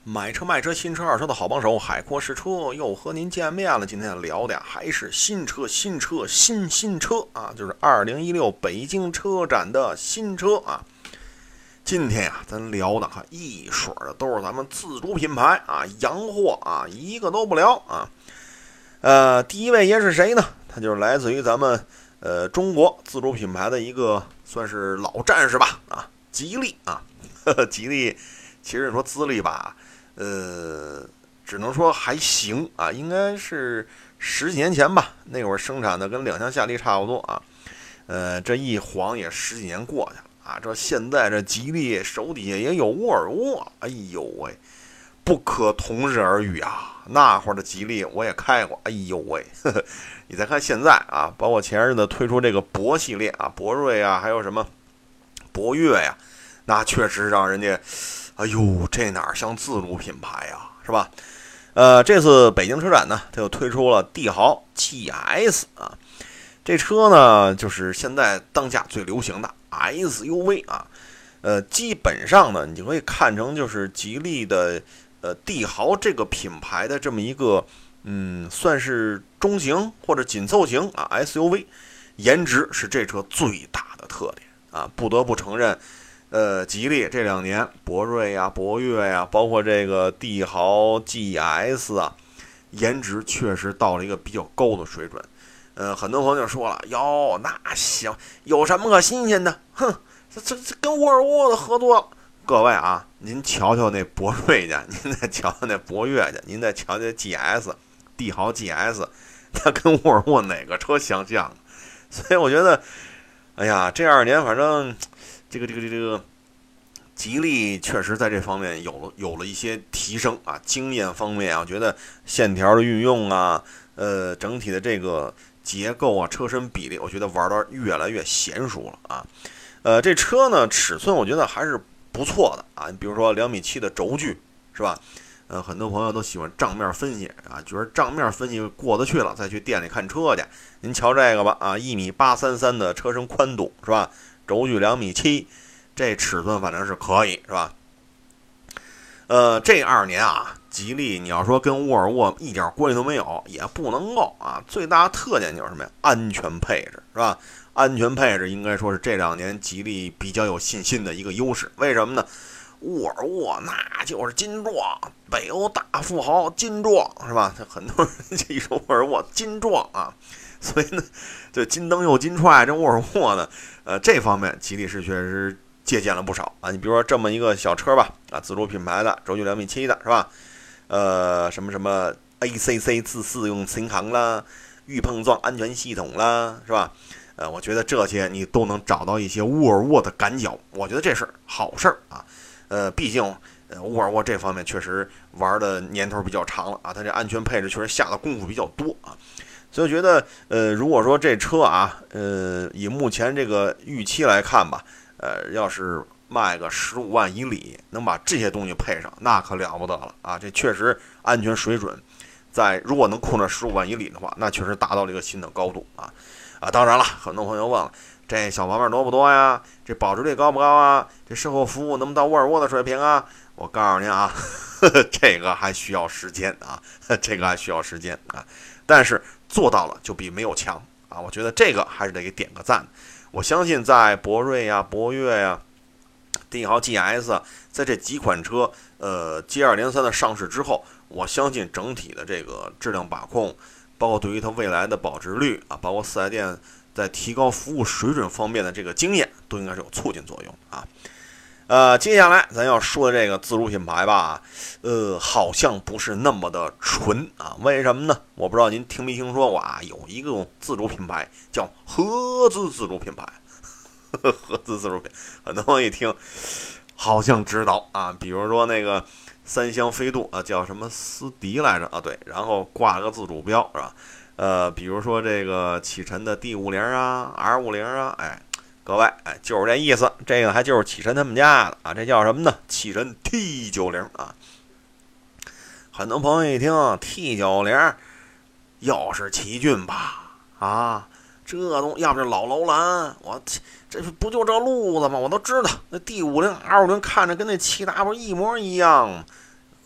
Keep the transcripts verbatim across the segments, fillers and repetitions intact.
买车卖车新车二手的好帮手，海阔试车又和您见面了。今天聊的呀还是新车新车新新车啊，就是二零一六北京车展的新车啊。今天呀咱聊的哈一水的都是咱们自主品牌啊，洋货啊，一个都不聊啊。呃，第一位爷是谁呢？他就是来自于咱们呃中国自主品牌的一个算是老战士吧啊，吉利啊，呵呵吉利。其实说资历吧，呃，只能说还行啊，应该是十几年前吧，那会儿生产的跟两厢夏利差不多啊。呃，这一晃也十几年过去了啊，这现在这吉利手底下也有沃尔沃，哎呦喂，不可同日而语啊！那会儿的吉利我也开过，哎呦喂，呵呵你再看现在啊，包括前日子推出这个博系列啊，博瑞啊，还有什么博越呀、啊，那确实让人家。哎呦，这哪像自主品牌呀，是吧？呃，这次北京车展呢，它又推出了帝豪 G S 啊，这车呢就是现在当下最流行的 S U V 啊，呃，基本上呢，你就可以看成就是吉利的呃帝豪这个品牌的这么一个嗯，算是中型或者紧凑型啊 S U V， 颜值是这车最大的特点啊，不得不承认。呃，吉利这两年，博瑞呀、博越呀，包括这个帝豪 G S 啊，颜值确实到了一个比较高的水准。呃，很多朋友就说了，哟，那行，有什么可新鲜的？哼，这这这跟沃尔沃的合作了。各位啊，您瞧瞧那博瑞去，您再瞧瞧那博越去，您再瞧瞧 G S， 帝豪 G S， 它跟沃尔沃哪个车相像？所以我觉得，哎呀，这二年反正。这个这个这个，吉利确实在这方面有了有了一些提升啊，经验方面啊，我觉得线条的运用啊，呃，整体的这个结构啊，车身比例，我觉得玩的越来越娴熟了啊。呃，这车呢尺寸我觉得还是不错的啊，你比如说两米七的轴距是吧？呃，很多朋友都喜欢账面分析啊，觉得账面分析过得去了，再去店里看车去。您瞧这个吧啊，一米八三三的车身宽度是吧？轴距两米七，这尺寸反正是可以，是吧？呃，这二年啊，吉利你要说跟沃尔沃一点关系都没有，也不能够啊。最大的特点就是什么呀？安全配置，是吧？安全配置应该说是这两年吉利比较有信心的一个优势。为什么呢？沃尔沃那就是金撞，北欧大富豪金撞，是吧？很多人一说沃尔沃金撞啊。所以呢，这金灯又金踹，这沃尔沃呢，呃，这方面吉利是确实借鉴了不少啊。你比如说这么一个小车吧，啊，自主品牌的，轴距两米七的是吧？呃，什么什么 A C C 自适用巡航啦，预碰撞安全系统啦，是吧？呃，我觉得这些你都能找到一些沃尔沃的感脚，我觉得这是好事儿啊。呃，毕竟呃沃尔沃这方面确实玩的年头比较长了啊，它这安全配置确实下的功夫比较多啊。所以我觉得，呃，如果说这车啊，呃，以目前这个预期来看吧，呃，要是卖个十五万以里，能把这些东西配上，那可了不得了啊！这确实安全水准，在如果能控制十五万以里的话，那确实达到了一个新的高度啊！啊，当然了，很多朋友问了，这小毛病多不多呀？这保值率高不高啊？这售后服务能不能到沃尔沃的水平啊？我告诉您啊，呵呵这个还需要时间啊，这个还需要时间啊，但是。做到了就比没有强啊！我觉得这个还是得给点个赞。我相信在博瑞呀、博越呀、帝豪 G S 啊，在这几款车呃接二连三的上市之后，我相信整体的这个质量把控，包括对于它未来的保值率啊，包括四 S 店在提高服务水准方面的这个经验，都应该是有促进作用啊。呃，接下来咱要说的这个自主品牌吧，呃，好像不是那么的纯啊。为什么呢？我不知道您听没听说过啊？有一个自主品牌叫合资自主品牌，呵呵合资自主品，很多人一听好像知道啊。比如说那个三厢飞度啊，叫什么思迪来着啊？对，然后挂了个自主标是吧？呃，比如说这个启辰的 D 五十 啊 R 五十 啊，哎。各位，哎，就是这意思。这个还就是启辰他们家的啊，这叫什么呢？启辰 T 九十 啊。很多朋友一听 T 九十，又是奇骏吧？啊，这东要不就老楼兰，我这不就这路子吗？我都知道。那 D 五十 R 五十看着跟那 七 W 一模一样。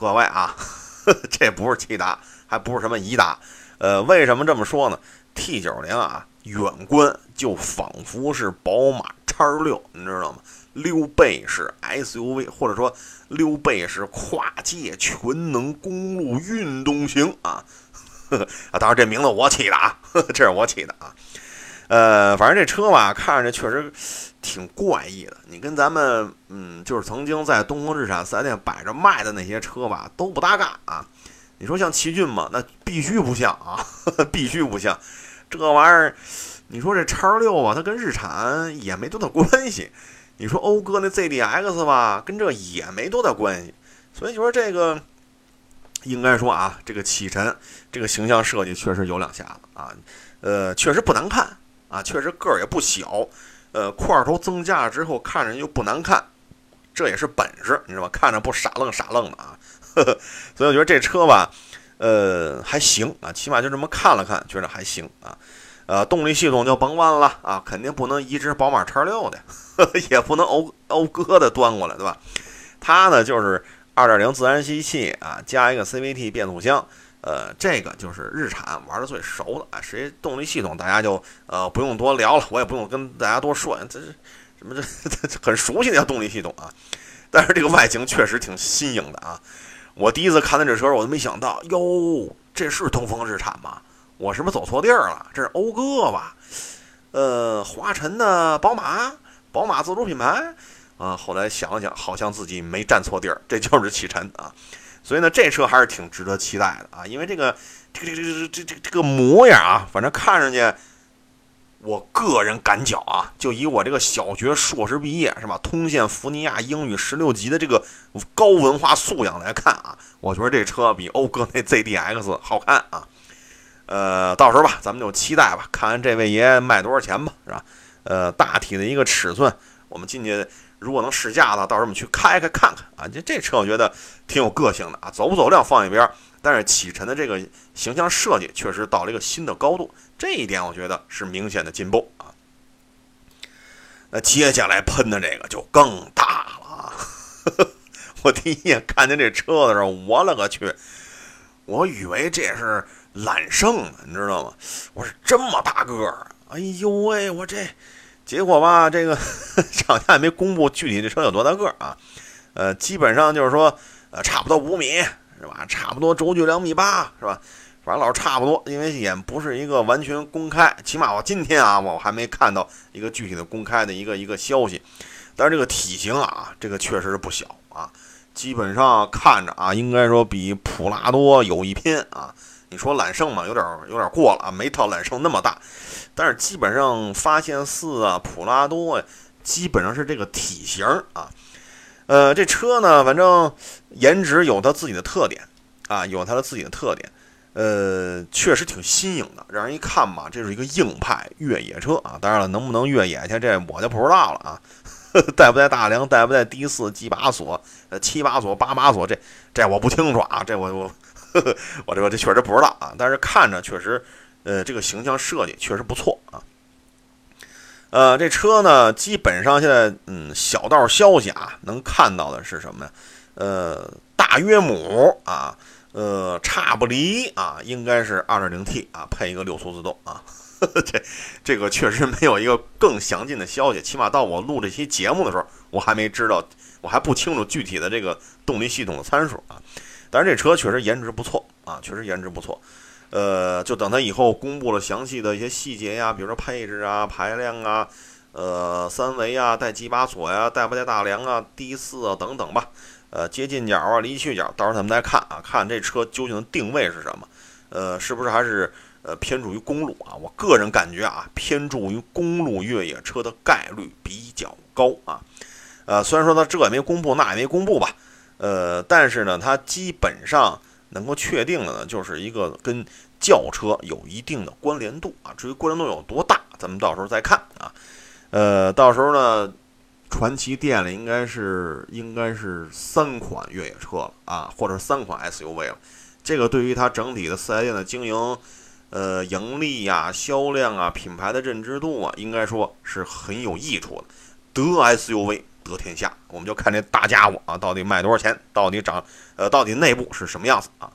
各位啊，呵呵这不是骐达，还不是什么颐达，呃，为什么这么说呢 ？T 九十啊，远观就仿佛是宝马 X 六，你知道吗？溜背式 S U V， 或者说溜背式跨界全能公路运动型啊，呵呵啊，当然这名字我起的啊，呵呵这是我起的啊。呃，反正这车吧，看着确实挺怪异的。你跟咱们，嗯，就是曾经在东风日产四 S 店摆着卖的那些车吧，都不搭嘎啊。你说像奇骏吗？那必须不像啊，呵呵必须不像。这玩意儿，你说这 X 六啊，它跟日产也没多大关系。你说讴歌那 Z D X 吧，跟这也没多大关系。所以就说这个，应该说啊，这个启辰这个形象设计确实有两下子啊，呃，确实不难看。啊，确实个儿也不小，呃，块头增加了之后，看着又不难看，这也是本事，你知道吧？看着不傻愣傻愣的啊，呵呵，所以我觉得这车吧，呃，还行啊，起码就这么看了看，觉得还行啊。呃，动力系统就甭问了啊，肯定不能移植宝马 X 六的，呵呵也不能讴讴歌的端过来，对吧？它呢就是 二点零 自然吸气啊，加一个 C V T 变速箱。呃，这个就是日产玩的最熟的啊，谁动力系统大家就呃不用多聊了，我也不用跟大家多说，这是什么这这很熟悉的动力系统啊。但是这个外形确实挺新颖的啊，我第一次看到这车，我都没想到，哟，这是东风日产吗？我是不是走错地儿了？这是讴歌吧？呃，华晨的宝马，宝马自主品牌啊。后来想了想，好像自己没站错地儿，这就是启辰啊。所以呢，这车还是挺值得期待的啊，因为这个这个这个这这这个模样啊，反正看上去，我个人感觉啊，就以我这个小学、硕士毕业是吧，通县福尼亚英语十六级的这个高文化素养来看啊，我觉得这车比讴歌那 Z D X 好看啊。呃，到时候吧，咱们就期待吧，看看这位爷卖多少钱吧，是吧？呃，大体的一个尺寸，我们进去。如果能试驾的，到时候我们去开开看看啊！这这车我觉得挺有个性的啊，走不走量放一边，但是启辰的这个形象设计确实到了一个新的高度，这一点我觉得是明显的进步啊。那接下来喷的这个就更大了啊！我第一眼看见这车的时候，我勒个去！我以为这是揽胜呢，你知道吗？我说这么大个儿，哎呦喂，我这。结果吧，这个厂家也没公布具体这车有多大个啊，呃，基本上就是说，呃，差不多五米是吧？差不多轴距两米八是吧？反正老是差不多，因为也不是一个完全公开，起码我今天啊，我还没看到一个具体的公开的一个一个消息。但是这个体型啊，这个确实是不小啊，基本上看着啊，应该说比普拉多有一拼啊。你说揽胜嘛，有点有点过了啊，没到揽胜那么大。但是基本上发现四啊、普拉多呀、啊，基本上是这个体型啊。呃，这车呢，反正颜值有它自己的特点啊，有它的自己的特点。呃，确实挺新颖的，让人一看嘛，这是一个硬派越野车啊。当然了，能不能越野去，这我就不知道了啊。带不带大梁，带不带低四、几把锁、呃七把锁、八把锁，这这我不清楚啊，这我我呵呵我这个这确实不知道啊。但是看着确实。呃，这个形象设计确实不错啊。呃，这车呢，基本上现在嗯，小道消息啊，能看到的是什么呀？呃，大约姆啊，呃，差不离啊，应该是 二点零 T 啊，配一个六速自动啊。呵呵这这个确实没有一个更详尽的消息，起码到我录这期节目的时候，我还没知道，我还不清楚具体的这个动力系统的参数啊。但是这车确实颜值不错啊，确实颜值不错。呃，就等它以后公布了详细的一些细节呀，比如说配置啊、排量啊、呃三维啊、带几把锁呀、带不带大梁啊、低四啊等等吧。呃，接近角啊、离去角，到时候咱们再看啊，看这车究竟的定位是什么。呃，是不是还是呃偏重于公路啊？我个人感觉啊，偏重于公路越野车的概率比较高啊。呃，虽然说它这也没公布，那也没公布吧。呃，但是呢，它基本上。能够确定的呢，就是一个跟轿车有一定的关联度啊。至于关联度有多大，咱们到时候再看啊。呃，到时候呢，传祺店里应该是应该是三款越野车了啊，或者三款 S U V 了。这个对于它整体的四 S 店的经营、呃盈利呀、销量啊、品牌的认知度啊，应该说是很有益处的。得 S U V 得天下，我们就看这大家伙啊，到底卖多少钱，到底涨，呃，到底内部是什么样子啊？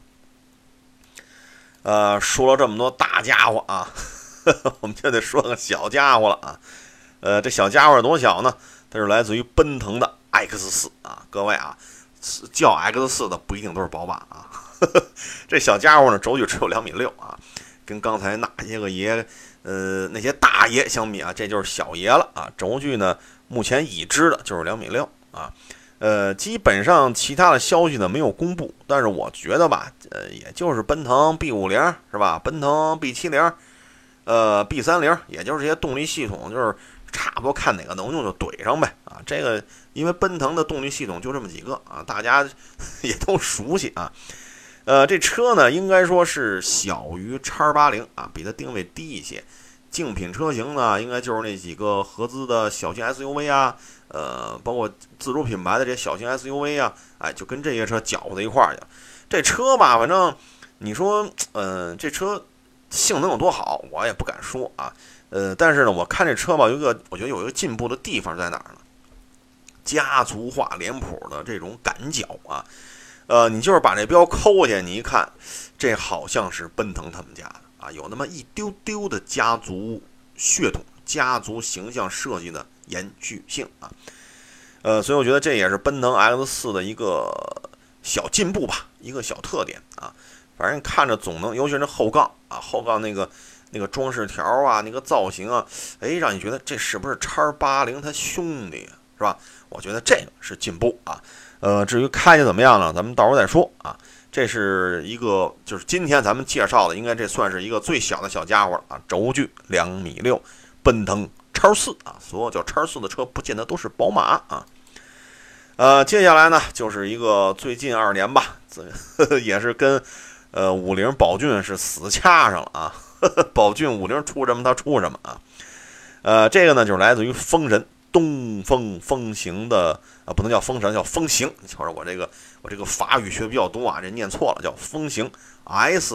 呃，说了这么多大家伙啊，呵呵我们就得说个小家伙了啊。呃，这小家伙多小呢？它是来自于奔腾的 X 四 啊，各位啊，叫 X 四 的不一定都是宝马啊。呵呵这小家伙呢，轴距只有两米六啊，跟刚才那些个爷，呃，那些大爷相比啊，这就是小爷了啊。轴距呢，目前已知的就是两米六啊。呃，基本上其他的消息呢没有公布，但是我觉得吧，呃，也就是奔腾 B 五十 是吧？奔腾 B 七十，呃 B 三十，也就是这些动力系统，就是差不多看哪个能用就怼上呗啊。这个因为奔腾的动力系统就这么几个啊，大家也都熟悉啊。呃，这车呢应该说是小于 X 八十 啊，比它定位低一些。竞品车型呢，应该就是那几个合资的小型 S U V 啊，呃，包括自主品牌的这些小型 S U V 啊，哎，就跟这些车搅和在一块儿去了。这车吧，反正你说，嗯、呃，这车性能有多好，我也不敢说啊。呃，但是呢，我看这车吧，有一个我觉得有一个进步的地方在哪儿呢？家族化脸谱的这种感脚啊，呃，你就是把这标抠过去，你一看，这好像是奔腾他们家的。啊，有那么一丢丢的家族血统、家族形象设计的延续性啊，呃，所以我觉得这也是奔腾 X 四 的一个小进步吧，一个小特点啊。反正看着总能，尤其是后杠啊，后杠那个那个装饰条啊，那个造型啊，哎，让你觉得这是不是 X 八十 他兄弟啊，是吧？我觉得这个是进步啊。呃，至于开起怎么样呢，咱们到时候再说啊。这是一个，就是今天咱们介绍的，应该这算是一个最小的小家伙了啊，轴距两米六，奔腾 X 四 啊，所有叫 X 四 的车不见得都是宝马啊。呃，接下来呢，就是一个最近二年吧，呵呵也是跟呃五菱宝骏是死掐上了啊，呵呵宝骏五菱出什么它出什么啊。呃，这个呢就是来自于风神东风风行的啊，不能叫风神，叫风行。你瞧着我这个，我这个法语学的比较多啊，这念错了，叫风行 S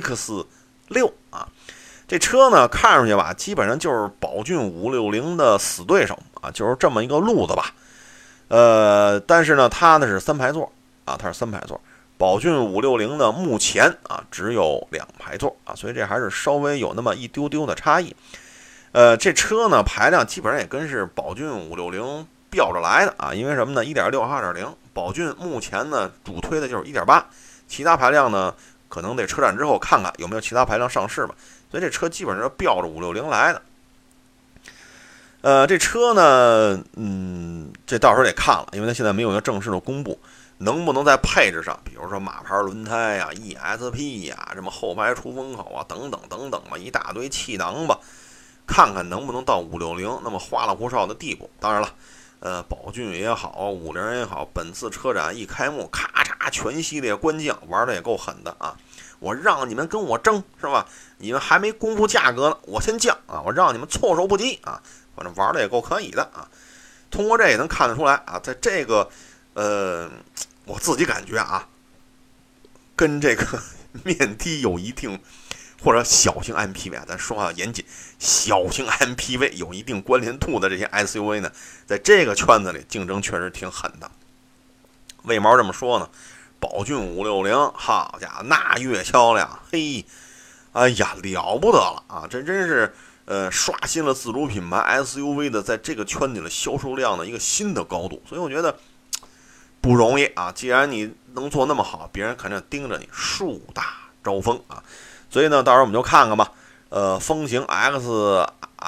X 六 啊。这车呢看上去吧，基本上就是宝骏五六零的死对手啊，就是这么一个路子吧。呃，但是呢，它呢是三排座啊，它是三排座。宝骏五六零的目前啊只有两排座啊，所以这还是稍微有那么一丢丢的差异。呃，这车呢排量基本上也跟是宝骏五六零标着来的啊，因为什么呢 ？一点六 二点零，宝骏目前呢主推的就是 一点八， 其他排量呢可能得车展之后看看有没有其他排量上市吧。所以这车基本上标着五六零来的。呃，这车呢，嗯，这到时候得看了，因为它现在没有一个正式的公布，能不能在配置上，比如说马牌轮胎呀、E S P 呀、什么后排出风口啊等等等等吧，一大堆气囊吧。看看能不能到五六零那么花里胡哨的地步。当然了，呃，宝骏也好，五菱也好，本次车展一开幕，咔嚓，全系列官降，玩的也够狠的啊！我让你们跟我争，是吧？你们还没公布价格呢，我先降啊！我让你们措手不及啊！反正玩的也够可以的啊。通过这也能看得出来啊，在这个，呃，我自己感觉啊，跟这个面的有一定。或者小型 M P V 啊，咱说话严谨，小型 M P V 有一定关联度的这些 S U V 呢，在这个圈子里竞争确实挺狠的。为毛这么说呢？宝骏五六零，好家伙，那月销量，嘿，哎呀，了不得了啊！这真是呃刷新了自主品牌 S U V 的在这个圈子的销售量的一个新的高度。所以我觉得不容易啊！既然你能做那么好，别人肯定盯着你，树大招风啊！所以呢，到时候我们就看看吧。呃，风行 X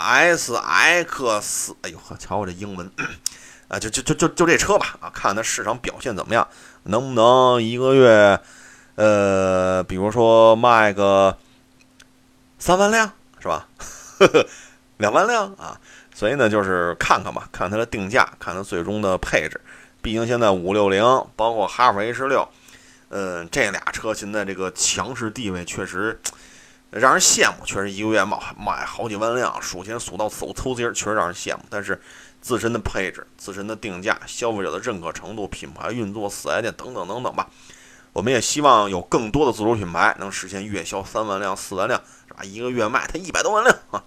S X， 哎呦呵，瞧我这英文啊，就就就就就这车吧啊，看它市场表现怎么样，能不能一个月，呃，比如说卖个三万辆是吧？两万辆啊。所以呢，就是看看吧，看它的定价，看它最终的配置。毕竟现在五六零，包括哈弗 H 六。嗯，这俩车现在这个强势地位确实让人羡慕，确实一个月卖卖好几万辆，数钱数到手抽筋，确实让人羡慕。但是自身的配置、自身的定价、消费者的认可程度、品牌运作、四 S 店等等等等吧，我们也希望有更多的自主品牌能实现月销三万辆、四万辆，是吧？一个月卖它一百多万辆啊！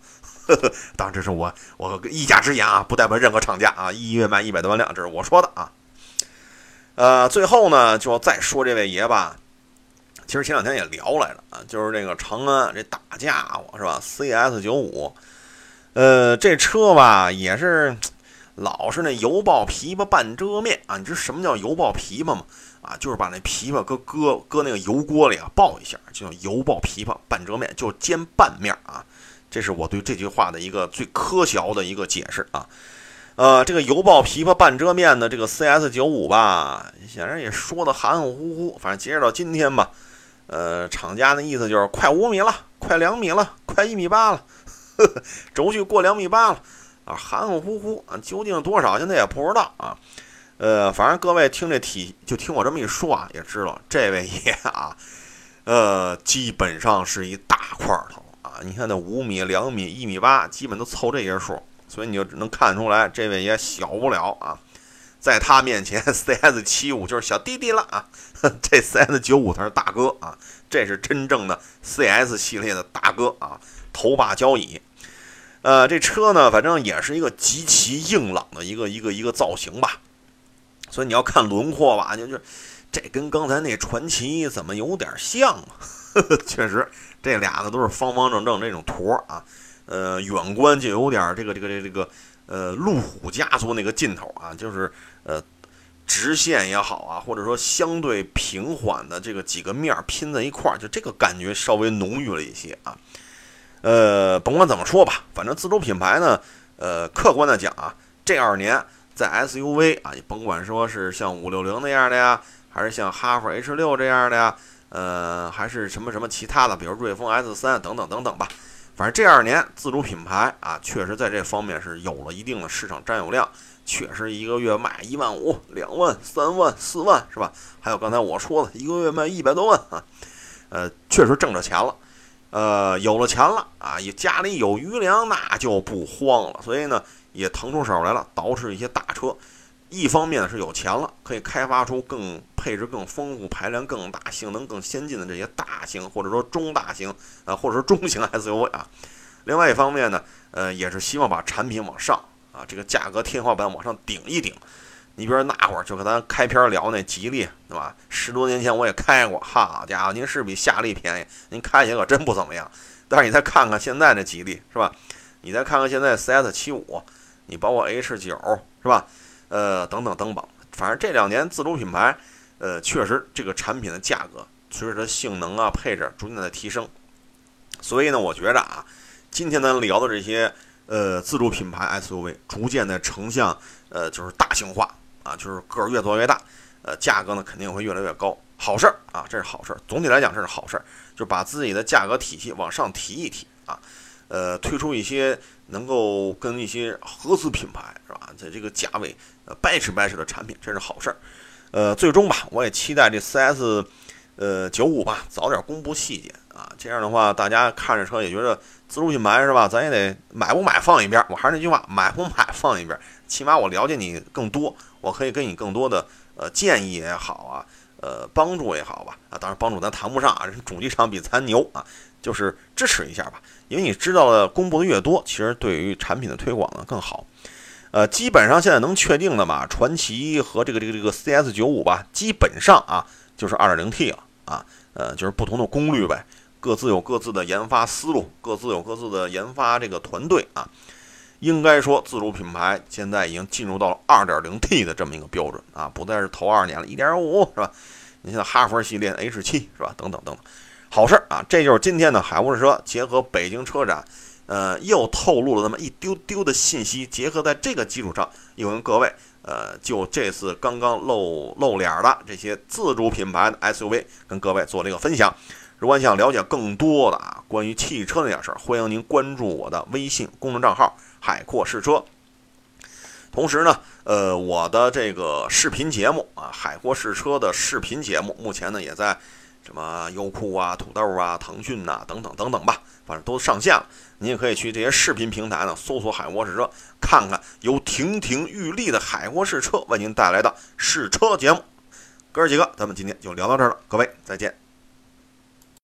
呵呵，当然这是我我一家之言啊，不代表任何厂家啊。一月卖一百多万辆，这是我说的啊。呃，最后呢，就再说这位爷吧。其实前两天也聊来了啊，就是这个长安这大家伙是吧 ？C S 九五，呃，这车吧也是老是那油爆琵琶半遮面啊。你知道什么叫油爆琵琶吗？啊，就是把那琵琶搁搁搁那个油锅里啊爆一下，就叫油爆琵琶半遮面，就煎半面啊。这是我对这句话的一个最科学的一个解释啊。呃，这个油爆琵琶半遮面的这个 C S 九五吧，显然也说的含含糊糊。反正截止到今天吧，呃，厂家的意思就是快五米了，快两米了，快一米八了，呵呵，轴距过两米八了啊，含含糊糊啊，究竟多少现在也不知道啊。呃，反正各位听这体就听我这么一说啊，也知道这位爷啊，呃，基本上是一大块头啊。你看那五米、两米、一米八，基本都凑这些数。所以你就能看出来，这位也小不了啊，在他面前 ，C S 七五就是小弟弟了啊，这 C S 九五他是大哥啊，这是真正的 C S 系列的大哥啊，头把交椅。呃，这车呢，反正也是一个极其硬朗的一个一个一个造型吧。所以你要看轮廓吧，就是这跟刚才那传奇怎么有点像啊？确实，这俩呢都是方方正正这种坨啊。呃，远观就有点这个这个这个这个呃路虎家族那个劲头啊，就是呃直线也好啊，或者说相对平缓的这个几个面拼在一块儿，就这个感觉稍微浓郁了一些啊。呃，甭管怎么说吧，反正自主品牌呢，呃，客观的讲啊，这二年在 S U V 啊，你甭管说是像五六零那样的呀，还是像哈弗 H 六这样的呀，呃，还是什么什么其他的，比如瑞风 S 三等等等等吧。反正这二年自主品牌啊，确实在这方面是有了一定的市场占有量，确实一个月卖一万五、两万、三万、四万，是吧？还有刚才我说的，一个月卖一百多万啊，呃，确实挣着钱了，呃，有了钱了啊，也家里有余粮，那就不慌了，所以呢，也腾出手来了，捯饬一些大车。一方面是有钱了，可以开发出更配置更丰富、排量更大、性能更先进的这些大型或者说中大型啊、呃，或者说中型 S U V 啊。另外一方面呢，呃，也是希望把产品往上啊，这个价格天花板往上顶一顶。你比如说那会儿就跟咱开篇聊那吉利，对吧？十多年前我也开过，好家伙，您是比夏利便宜，您开起来可真不怎么样。但是你再看看现在的吉利，是吧？你再看看现在 C S 七五，你包括 H 九，是吧？呃，等等等等，反正这两年自主品牌，呃，确实这个产品的价格随着它性能啊、配置逐渐在提升。所以呢，我觉着啊，今天咱聊的这些呃自主品牌 S U V 逐渐的呈向呃就是大型化啊，就是个儿越做越大，呃，价格呢肯定会越来越高，好事儿啊，这是好事儿。总体来讲这是好事儿，就把自己的价格体系往上提一提啊。呃，推出一些能够跟一些合资品牌是吧，在这个价位呃掰扯掰扯的产品，这是好事儿。呃，最终吧，我也期待这 C S 呃九五吧早点公布细节啊，这样的话大家看着车也觉得自主品牌是吧，咱也得买不买放一边。我还是那句话，买不买放一边，起码我了解你更多，我可以给你更多的呃建议也好啊，呃帮助也好吧啊，当然帮助咱谈不上啊，人主机厂比咱牛啊，就是支持一下吧。因为你知道的公布的越多，其实对于产品的推广呢更好。呃，基本上现在能确定的嘛，传祺和这个这个这个 C S 九五吧，基本上啊就是 二点零 T 了啊，呃，就是不同的功率呗，各自有各自的研发思路，各自有各自的研发这个团队啊。应该说，自主品牌现在已经进入到了 二点零 T 的这么一个标准啊，不再是头二年了 一点五 是吧？你现在哈弗系列 H 七 是吧？等等等等。好事啊！这就是今天的海沃士车结合北京车展，呃，又透露了那么一丢丢的信息。结合在这个基础上，又跟各位，呃，就这次刚刚露露脸的这些自主品牌的 S U V， 跟各位做了一个分享。如果你想了解更多的啊关于汽车那点事儿，欢迎您关注我的微信公众账号“海阔试车”。同时呢，呃，我的这个视频节目啊，海阔试车的视频节目，目前呢也在。什么优酷啊、土豆啊、腾讯呐、啊、等等等等吧，反正都上线了。你也可以去这些视频平台呢搜索海沃试车，看看由亭亭玉立的海沃试车为您带来的试车节目。哥儿几个，咱们今天就聊到这儿了，各位再见。